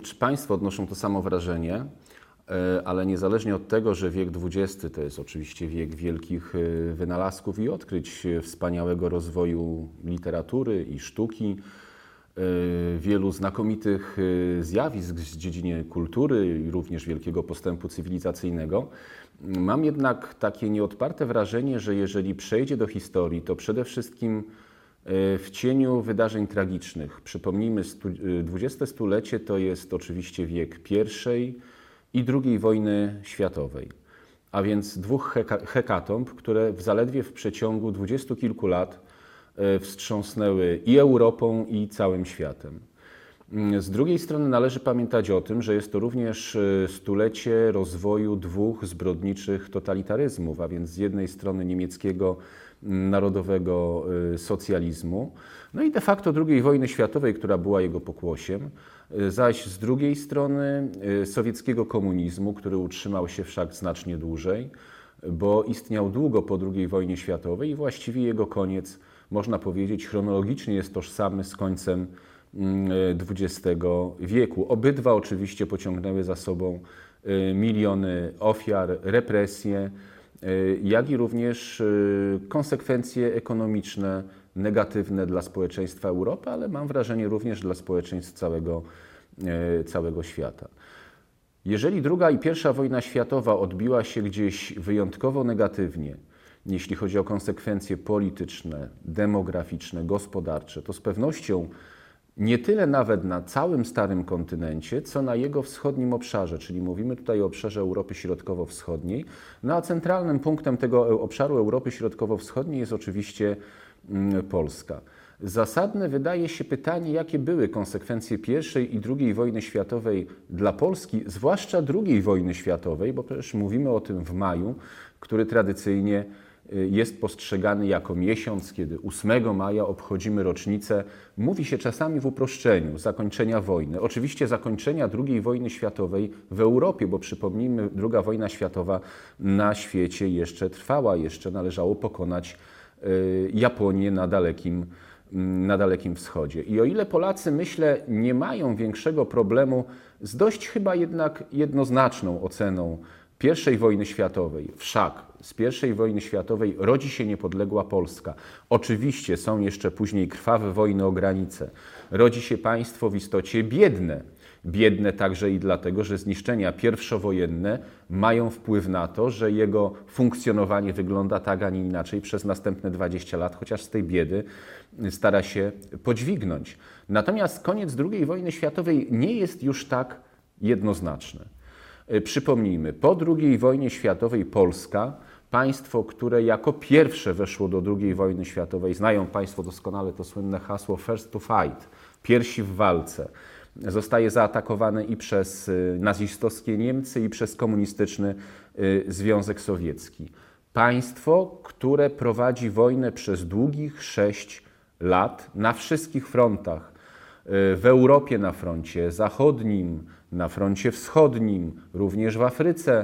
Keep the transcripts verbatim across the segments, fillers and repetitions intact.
czy Państwo odnoszą to samo wrażenie, ale niezależnie od tego, że wiek dwudziesty to jest oczywiście wiek wielkich wynalazków i odkryć, wspaniałego rozwoju literatury i sztuki, wielu znakomitych zjawisk w dziedzinie kultury i również wielkiego postępu cywilizacyjnego, mam jednak takie nieodparte wrażenie, że jeżeli przejdzie do historii, to przede wszystkim w cieniu wydarzeń tragicznych. Przypomnijmy, dwudzieste stulecie to jest oczywiście wiek pierwszej i drugiej wojny światowej, a więc dwóch hekatomb, które w zaledwie w przeciągu dwudziestu kilku lat wstrząsnęły i Europą, i całym światem. Z drugiej strony należy pamiętać o tym, że jest to również stulecie rozwoju dwóch zbrodniczych totalitaryzmów, a więc z jednej strony niemieckiego narodowego socjalizmu, no i de facto drugiej wojny światowej, która była jego pokłosiem, zaś z drugiej strony sowieckiego komunizmu, który utrzymał się wszak znacznie dłużej, bo istniał długo po drugiej wojnie światowej i właściwie jego koniec, można powiedzieć, chronologicznie jest tożsamy z końcem dwudziestego wieku. Obydwa oczywiście pociągnęły za sobą miliony ofiar, represje, jak i również konsekwencje ekonomiczne negatywne dla społeczeństwa Europy, ale mam wrażenie również dla społeczeństw całego, całego świata. Jeżeli druga i pierwsza wojna światowa odbiła się gdzieś wyjątkowo negatywnie, jeśli chodzi o konsekwencje polityczne, demograficzne, gospodarcze, to z pewnością nie tyle nawet na całym starym kontynencie, co na jego wschodnim obszarze, czyli mówimy tutaj o obszarze Europy Środkowo-Wschodniej. No a centralnym punktem tego obszaru Europy Środkowo-Wschodniej jest oczywiście Polska. Zasadne wydaje się pytanie, jakie były konsekwencje pierwszej i drugiej wojny światowej dla Polski, zwłaszcza drugiej wojny światowej, bo przecież mówimy o tym w maju, który tradycyjnie jest postrzegany jako miesiąc, kiedy ósmego maja obchodzimy rocznicę, mówi się czasami w uproszczeniu, zakończenia wojny. Oczywiście zakończenia drugiej wojny światowej w Europie, bo przypomnijmy, druga wojna światowa na świecie jeszcze trwała, jeszcze należało pokonać Japonię na dalekim, na Dalekim Wschodzie. I o ile Polacy, myślę, nie mają większego problemu z dość chyba jednak jednoznaczną oceną pierwszej wojny światowej, wszak z pierwszej wojny światowej rodzi się niepodległa Polska. Oczywiście są jeszcze później krwawe wojny o granice. Rodzi się państwo w istocie biedne. Biedne także i dlatego, że zniszczenia pierwszowojenne mają wpływ na to, że jego funkcjonowanie wygląda tak, a nie inaczej przez następne dwadzieścia lat, chociaż z tej biedy stara się podźwignąć. Natomiast koniec drugiej wojny światowej nie jest już tak jednoznaczny. Przypomnijmy, po drugiej wojnie światowej Polska, państwo, które jako pierwsze weszło do drugiej wojny światowej, znają Państwo doskonale to słynne hasło first to fight, pierwsi w walce, zostaje zaatakowane i przez nazistowskie Niemcy, i przez komunistyczny Związek Sowiecki. Państwo, które prowadzi wojnę przez długich sześć lat na wszystkich frontach. W Europie na froncie zachodnim, na froncie wschodnim, również w Afryce.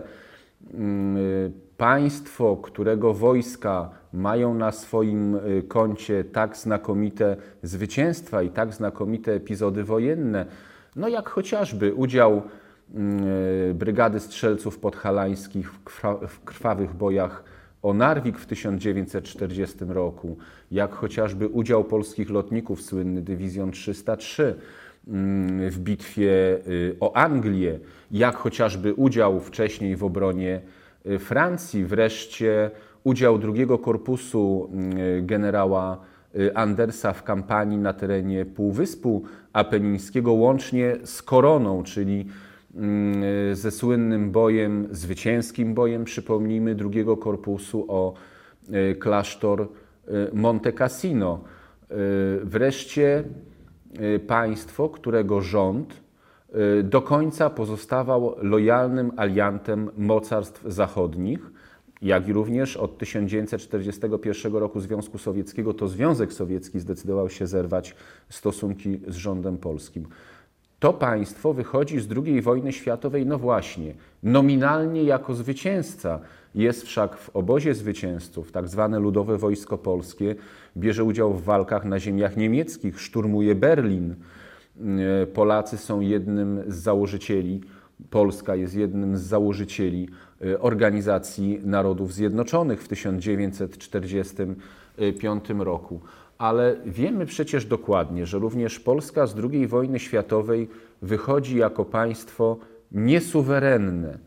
Państwo, którego wojska mają na swoim koncie tak znakomite zwycięstwa i tak znakomite epizody wojenne, no jak chociażby udział Brygady Strzelców Podhalańskich w krwawych bojach o Narwik w tysiąc dziewięćset czterdziestym roku, jak chociażby udział polskich lotników, słynny Dywizjon trzysta trzy w bitwie o Anglię, jak chociażby udział wcześniej w obronie Francji, wreszcie udział drugiego korpusu generała Andersa w kampanii na terenie Półwyspu Apenińskiego, łącznie z Koroną, czyli ze słynnym bojem, zwycięskim bojem, przypomnijmy, drugiego korpusu o klasztor Monte Cassino. Wreszcie państwo, którego rząd do końca pozostawał lojalnym aliantem mocarstw zachodnich, jak i również od tysiąc dziewięćset czterdziestego pierwszego roku Związku Sowieckiego to Związek Sowiecki zdecydował się zerwać stosunki z rządem polskim. To państwo wychodzi z drugiej wojny światowej, no właśnie, nominalnie jako zwycięzca. Jest wszak w obozie zwycięzców, tak zwane Ludowe Wojsko Polskie, bierze udział w walkach na ziemiach niemieckich, szturmuje Berlin. Polacy są jednym z założycieli, Polska jest jednym z założycieli Organizacji Narodów Zjednoczonych w tysiąc dziewięćset czterdziestym piątym roku. Ale wiemy przecież dokładnie, że również Polska z drugiej wojny światowej wychodzi jako państwo niesuwerenne.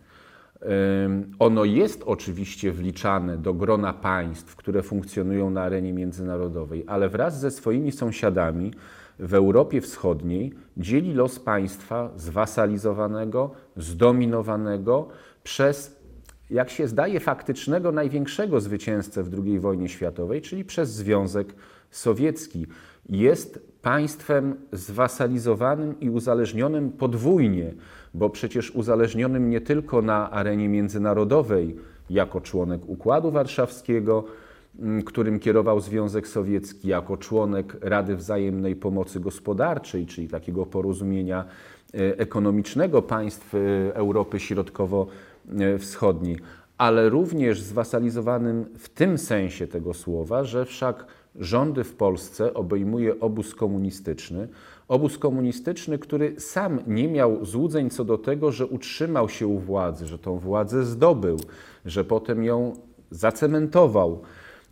Ono jest oczywiście wliczane do grona państw, które funkcjonują na arenie międzynarodowej, ale wraz ze swoimi sąsiadami w Europie Wschodniej dzieli los państwa zwasalizowanego, zdominowanego przez, jak się zdaje, faktycznego największego zwycięzcę w drugiej wojnie światowej, czyli przez Związek Sowiecki. Jest państwem zwasalizowanym i uzależnionym podwójnie, bo przecież uzależnionym nie tylko na arenie międzynarodowej jako członek Układu Warszawskiego, którym kierował Związek Sowiecki, jako członek Rady Wzajemnej Pomocy Gospodarczej, czyli takiego porozumienia ekonomicznego państw Europy Środkowo-Wschodniej, ale również zwasalizowanym w tym sensie tego słowa, że wszak rządy w Polsce obejmuje obóz komunistyczny, obóz komunistyczny, który sam nie miał złudzeń co do tego, że utrzymał się u władzy, że tą władzę zdobył, że potem ją zacementował.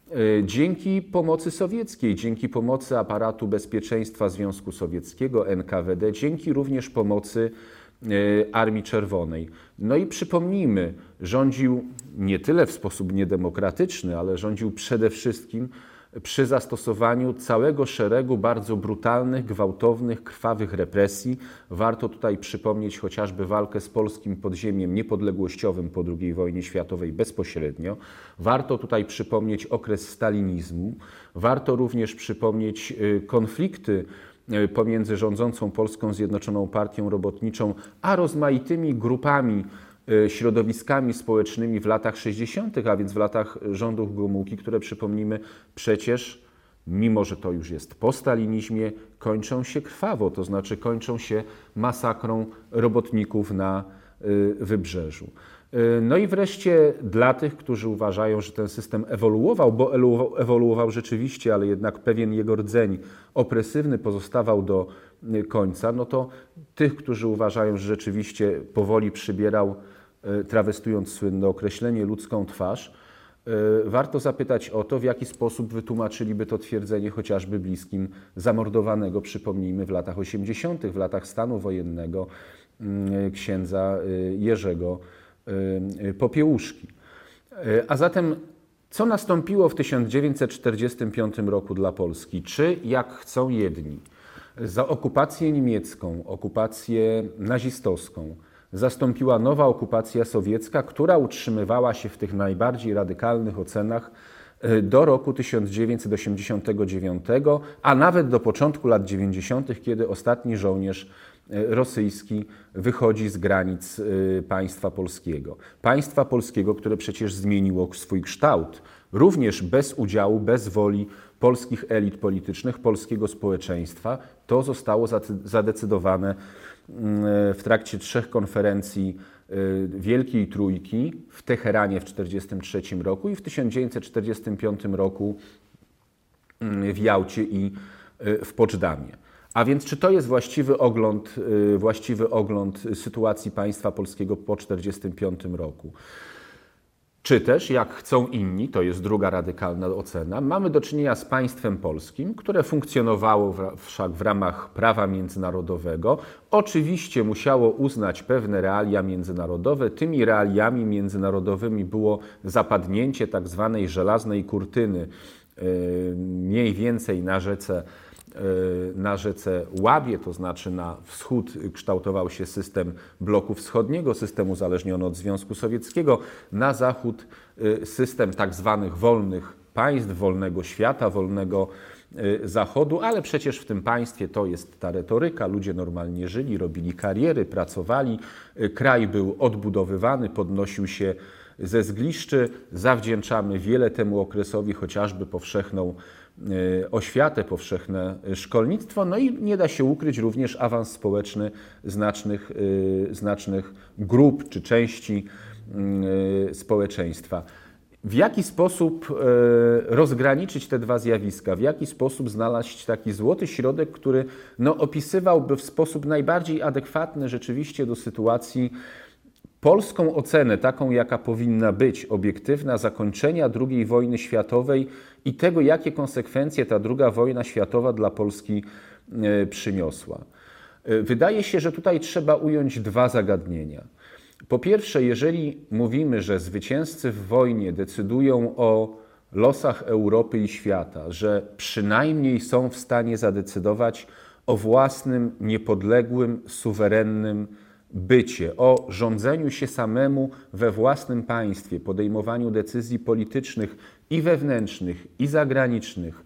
Dzięki pomocy sowieckiej, dzięki pomocy aparatu bezpieczeństwa Związku Sowieckiego, N K W D, dzięki również pomocy Armii Czerwonej. No i przypomnijmy, rządził nie tyle w sposób niedemokratyczny, ale rządził przede wszystkim przy zastosowaniu całego szeregu bardzo brutalnych, gwałtownych, krwawych represji. Warto tutaj przypomnieć chociażby walkę z polskim podziemiem niepodległościowym po drugiej wojnie światowej bezpośrednio. Warto tutaj przypomnieć okres stalinizmu. Warto również przypomnieć konflikty pomiędzy rządzącą Polską Zjednoczoną Partią Robotniczą a rozmaitymi grupami, środowiskami społecznymi w latach sześćdziesiątych, a więc w latach rządów Gomułki, które, przypomnijmy, przecież, mimo że to już jest po stalinizmie, kończą się krwawo, to znaczy kończą się masakrą robotników na Wybrzeżu. No i wreszcie dla tych, którzy uważają, że ten system ewoluował, bo ewoluował rzeczywiście, ale jednak pewien jego rdzeń opresywny pozostawał do końca, no to tych, którzy uważają, że rzeczywiście powoli przybierał, trawestując słynne określenie, ludzką twarz, warto zapytać o to, w jaki sposób wytłumaczyliby to twierdzenie chociażby bliskim zamordowanego, przypomnijmy, w latach osiemdziesiątych, w latach stanu wojennego księdza Jerzego Popiełuszki. A zatem co nastąpiło w tysiąc dziewięćset czterdziestym piątym roku dla Polski? Czy, jak chcą jedni, za okupację niemiecką, okupację nazistowską zastąpiła nowa okupacja sowiecka, która utrzymywała się w tych najbardziej radykalnych ocenach do roku tysiąc dziewięćset osiemdziesiątego dziewiątego, a nawet do początku lat dziewięćdziesiątych, kiedy ostatni żołnierz rosyjski wychodzi z granic państwa polskiego. Państwa polskiego, które przecież zmieniło swój kształt, również bez udziału, bez woli polskich elit politycznych, polskiego społeczeństwa. To zostało zadecydowane w trakcie trzech konferencji Wielkiej Trójki w Teheranie w tysiąc dziewięćset czterdziestym trzecim roku i w tysiąc dziewięćset czterdziestym piątym roku w Jałcie i w Poczdamie. A więc czy to jest właściwy ogląd, właściwy ogląd sytuacji państwa polskiego po tysiąc dziewięćset czterdziestym piątym roku? Czy też, jak chcą inni, to jest druga radykalna ocena, mamy do czynienia z państwem polskim, które funkcjonowało wszak w ramach prawa międzynarodowego. Oczywiście musiało uznać pewne realia międzynarodowe. Tymi realiami międzynarodowymi było zapadnięcie tak zwanej żelaznej kurtyny, mniej więcej na rzece na rzece Łabie, to znaczy na wschód kształtował się system bloku wschodniego, system uzależniony od Związku Sowieckiego, na zachód system tak zwanych wolnych państw, wolnego świata, wolnego Zachodu, ale przecież w tym państwie to jest ta retoryka, ludzie normalnie żyli, robili kariery, pracowali, kraj był odbudowywany, podnosił się ze zgliszczy, zawdzięczamy wiele temu okresowi, chociażby powszechną oświatę, powszechne szkolnictwo, no i nie da się ukryć również awans społeczny znacznych, znacznych grup czy części społeczeństwa. W jaki sposób rozgraniczyć te dwa zjawiska? W jaki sposób znaleźć taki złoty środek, który no, opisywałby w sposób najbardziej adekwatny rzeczywiście do sytuacji polską ocenę, taką jaka powinna być, obiektywna, zakończenia drugiej wojny światowej i tego, jakie konsekwencje ta druga wojna światowa dla Polski przyniosła. Wydaje się, że tutaj trzeba ująć dwa zagadnienia. Po pierwsze, jeżeli mówimy, że zwycięzcy w wojnie decydują o losach Europy i świata, że przynajmniej są w stanie zadecydować o własnym, niepodległym, suwerennym bycie, o rządzeniu się samemu we własnym państwie, podejmowaniu decyzji politycznych i wewnętrznych, i zagranicznych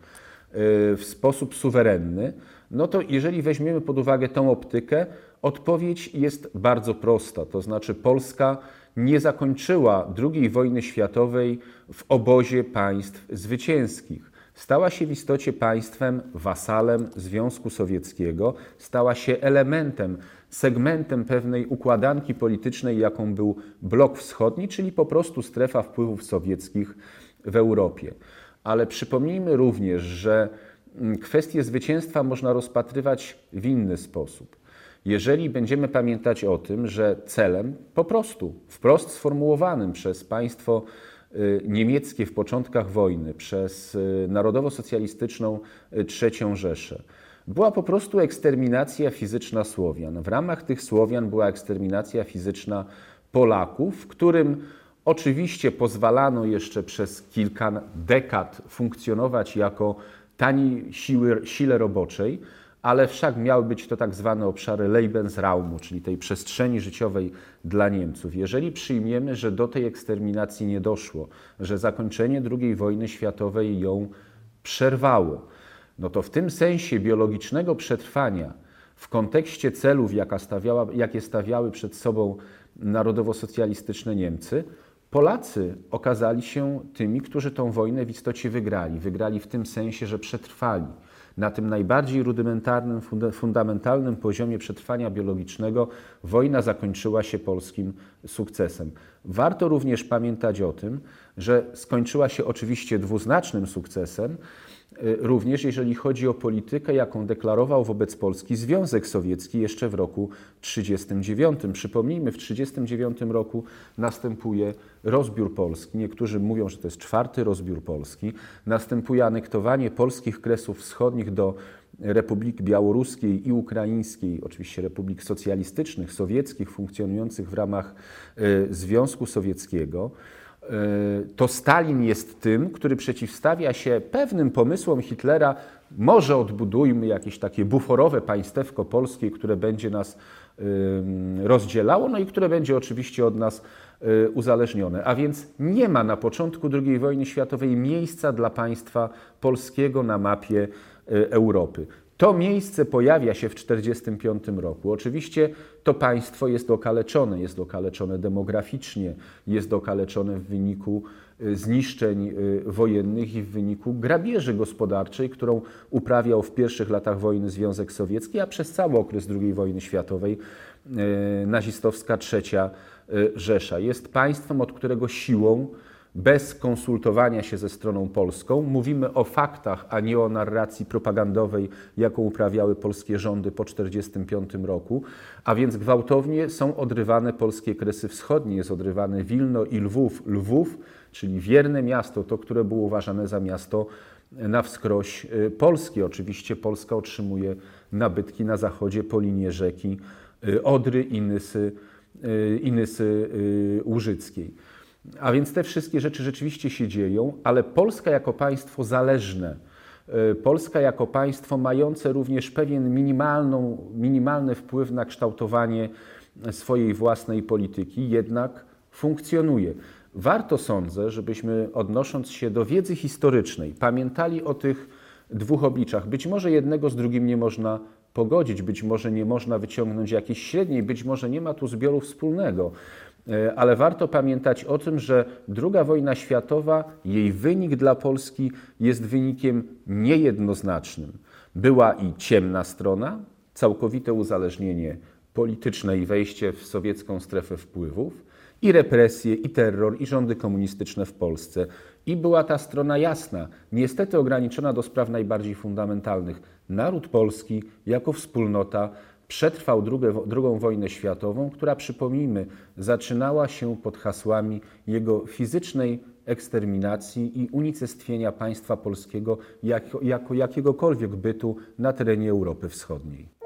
w sposób suwerenny, no to jeżeli weźmiemy pod uwagę tę optykę, odpowiedź jest bardzo prosta, to znaczy Polska nie zakończyła drugiej wojny światowej w obozie państw zwycięskich. Stała się w istocie państwem, wasalem Związku Sowieckiego, stała się elementem, segmentem pewnej układanki politycznej, jaką był blok wschodni, czyli po prostu strefa wpływów sowieckich w Europie. Ale przypomnijmy również, że kwestię zwycięstwa można rozpatrywać w inny sposób. Jeżeli będziemy pamiętać o tym, że celem po prostu, wprost sformułowanym przez państwo niemieckie w początkach wojny, przez Narodowo-Socjalistyczną trzecią Rzeszę, była po prostu eksterminacja fizyczna Słowian. W ramach tych Słowian była eksterminacja fizyczna Polaków, którym oczywiście pozwalano jeszcze przez kilka dekad funkcjonować jako taniej siły, sile roboczej, ale wszak miały być to tak zwane obszary Lebensraumu, czyli tej przestrzeni życiowej dla Niemców. Jeżeli przyjmiemy, że do tej eksterminacji nie doszło, że zakończenie drugiej wojny światowej ją przerwało, no to w tym sensie biologicznego przetrwania w kontekście celów, jaka stawiała, jakie stawiały przed sobą narodowo-socjalistyczne Niemcy, Polacy okazali się tymi, którzy tą wojnę w istocie wygrali. Wygrali w tym sensie, że przetrwali. Na tym najbardziej rudymentarnym, fundamentalnym poziomie przetrwania biologicznego wojna zakończyła się polskim sukcesem. Warto również pamiętać o tym, że skończyła się oczywiście dwuznacznym sukcesem, również jeżeli chodzi o politykę, jaką deklarował wobec Polski Związek Sowiecki jeszcze w roku tysiąc dziewięćset trzydziestym dziewiątym. Przypomnijmy, w tysiąc dziewięćset trzydziestym dziewiątym roku następuje rozbiór Polski. Niektórzy mówią, że to jest czwarty rozbiór Polski. Następuje anektowanie polskich Kresów Wschodnich do Republik Białoruskiej i Ukraińskiej, oczywiście republik socjalistycznych, sowieckich, funkcjonujących w ramach Związku Sowieckiego. To Stalin jest tym, który przeciwstawia się pewnym pomysłom Hitlera, może odbudujmy jakieś takie buforowe państewko polskie, które będzie nas rozdzielało, no i które będzie oczywiście od nas uzależnione. A więc nie ma na początku drugiej wojny światowej miejsca dla państwa polskiego na mapie Europy. To miejsce pojawia się w tysiąc dziewięćset czterdziestym piątym roku. Oczywiście to państwo jest okaleczone, jest okaleczone demograficznie, jest okaleczone w wyniku zniszczeń wojennych i w wyniku grabieży gospodarczej, którą uprawiał w pierwszych latach wojny Związek Sowiecki, a przez cały okres drugiej wojny światowej nazistowska trzecia Rzesza. Jest państwem, od którego siłą, bez konsultowania się ze stroną polską, mówimy o faktach, a nie o narracji propagandowej, jaką uprawiały polskie rządy po tysiąc dziewięćset czterdziestym piątym roku, a więc gwałtownie są odrywane polskie Kresy Wschodnie, jest odrywane Wilno i Lwów. Lwów, czyli wierne miasto, to, które było uważane za miasto na wskroś polskie. Oczywiście Polska otrzymuje nabytki na zachodzie po linie rzeki Odry i Nysy, i Nysy Łużyckiej. A więc te wszystkie rzeczy rzeczywiście się dzieją, ale Polska jako państwo zależne, Polska jako państwo mające również pewien minimalną, minimalny wpływ na kształtowanie swojej własnej polityki, jednak funkcjonuje. Warto, sądzę, żebyśmy, odnosząc się do wiedzy historycznej, pamiętali o tych dwóch obliczach. Być może jednego z drugim nie można pogodzić, być może nie można wyciągnąć jakiejś średniej, być może nie ma tu zbioru wspólnego. Ale warto pamiętać o tym, że druga wojna światowa, jej wynik dla Polski jest wynikiem niejednoznacznym. Była i ciemna strona, całkowite uzależnienie polityczne i wejście w sowiecką strefę wpływów, i represje, i terror, i rządy komunistyczne w Polsce. I była ta strona jasna, niestety ograniczona do spraw najbardziej fundamentalnych. Naród polski jako wspólnota przetrwał drugą, drugą wojnę światową, która, przypomnijmy, zaczynała się pod hasłami jego fizycznej eksterminacji i unicestwienia państwa polskiego jako, jako jakiegokolwiek bytu na terenie Europy Wschodniej.